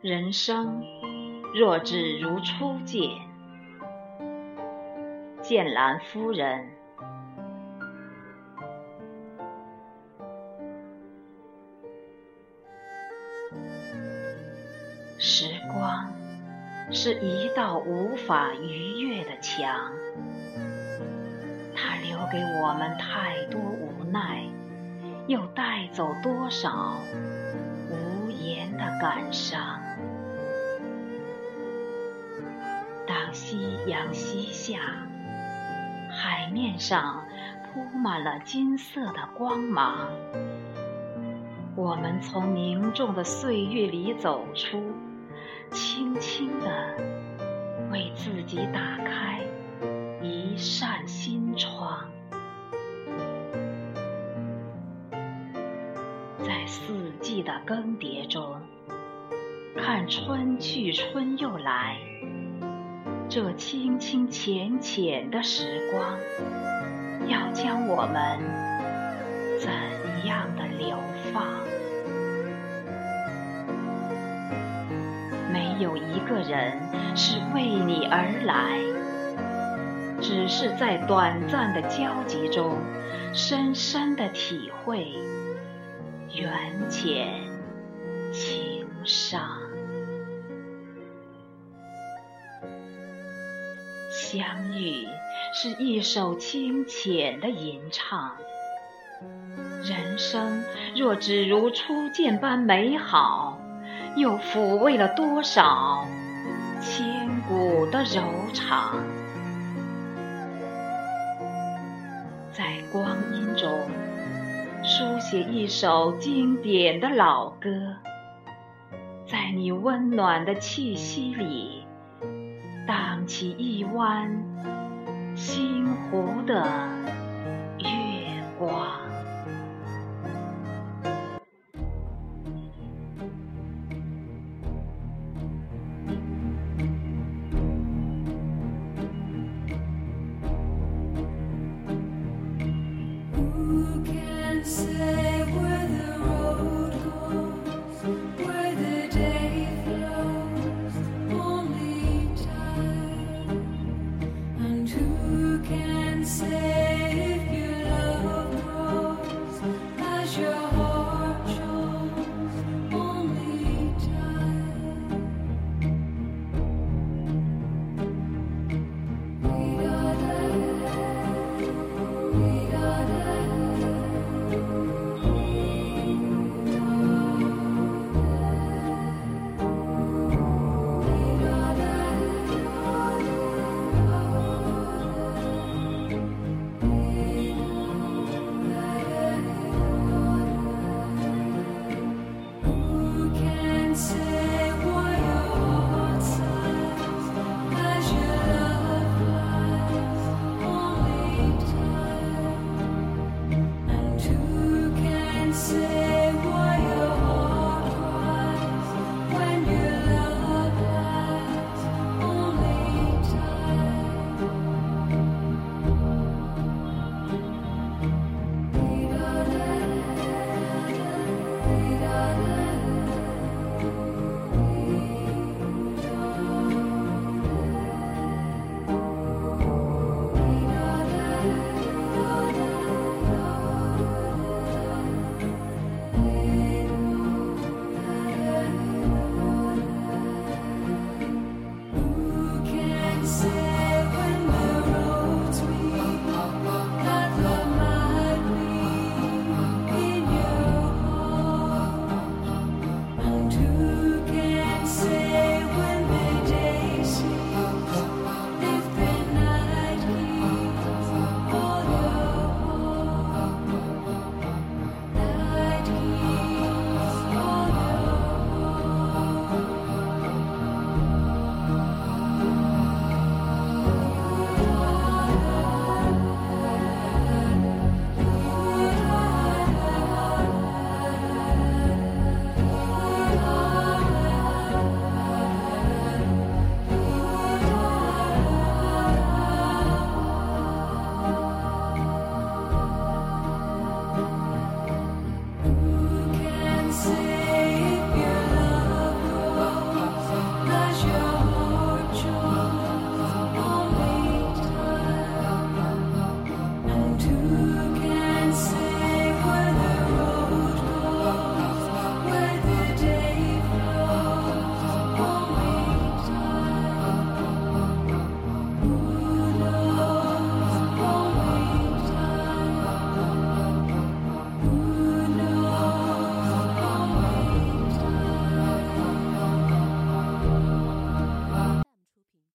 人生若只如初见。剑兰夫人。时光是一道无法逾越的墙，它留给我们太多无奈，又带走多少无言的感伤。当夕阳西下，海面上铺满了金色的光芒，我们从凝重的岁月里走出，轻轻地为自己打开一扇心窗。在四季的更迭中，看春去春又来，这清清浅浅的时光，要将我们怎样的流放？没有一个人是为你而来，只是在短暂的交集中，深深地体会缘浅情伤。相遇是一首清浅的吟唱，人生若只如初见般美好，又抚慰了多少千古的柔肠。在光阴中书写一首经典的老歌，在你温暖的气息里荡起一湾星湖的月光。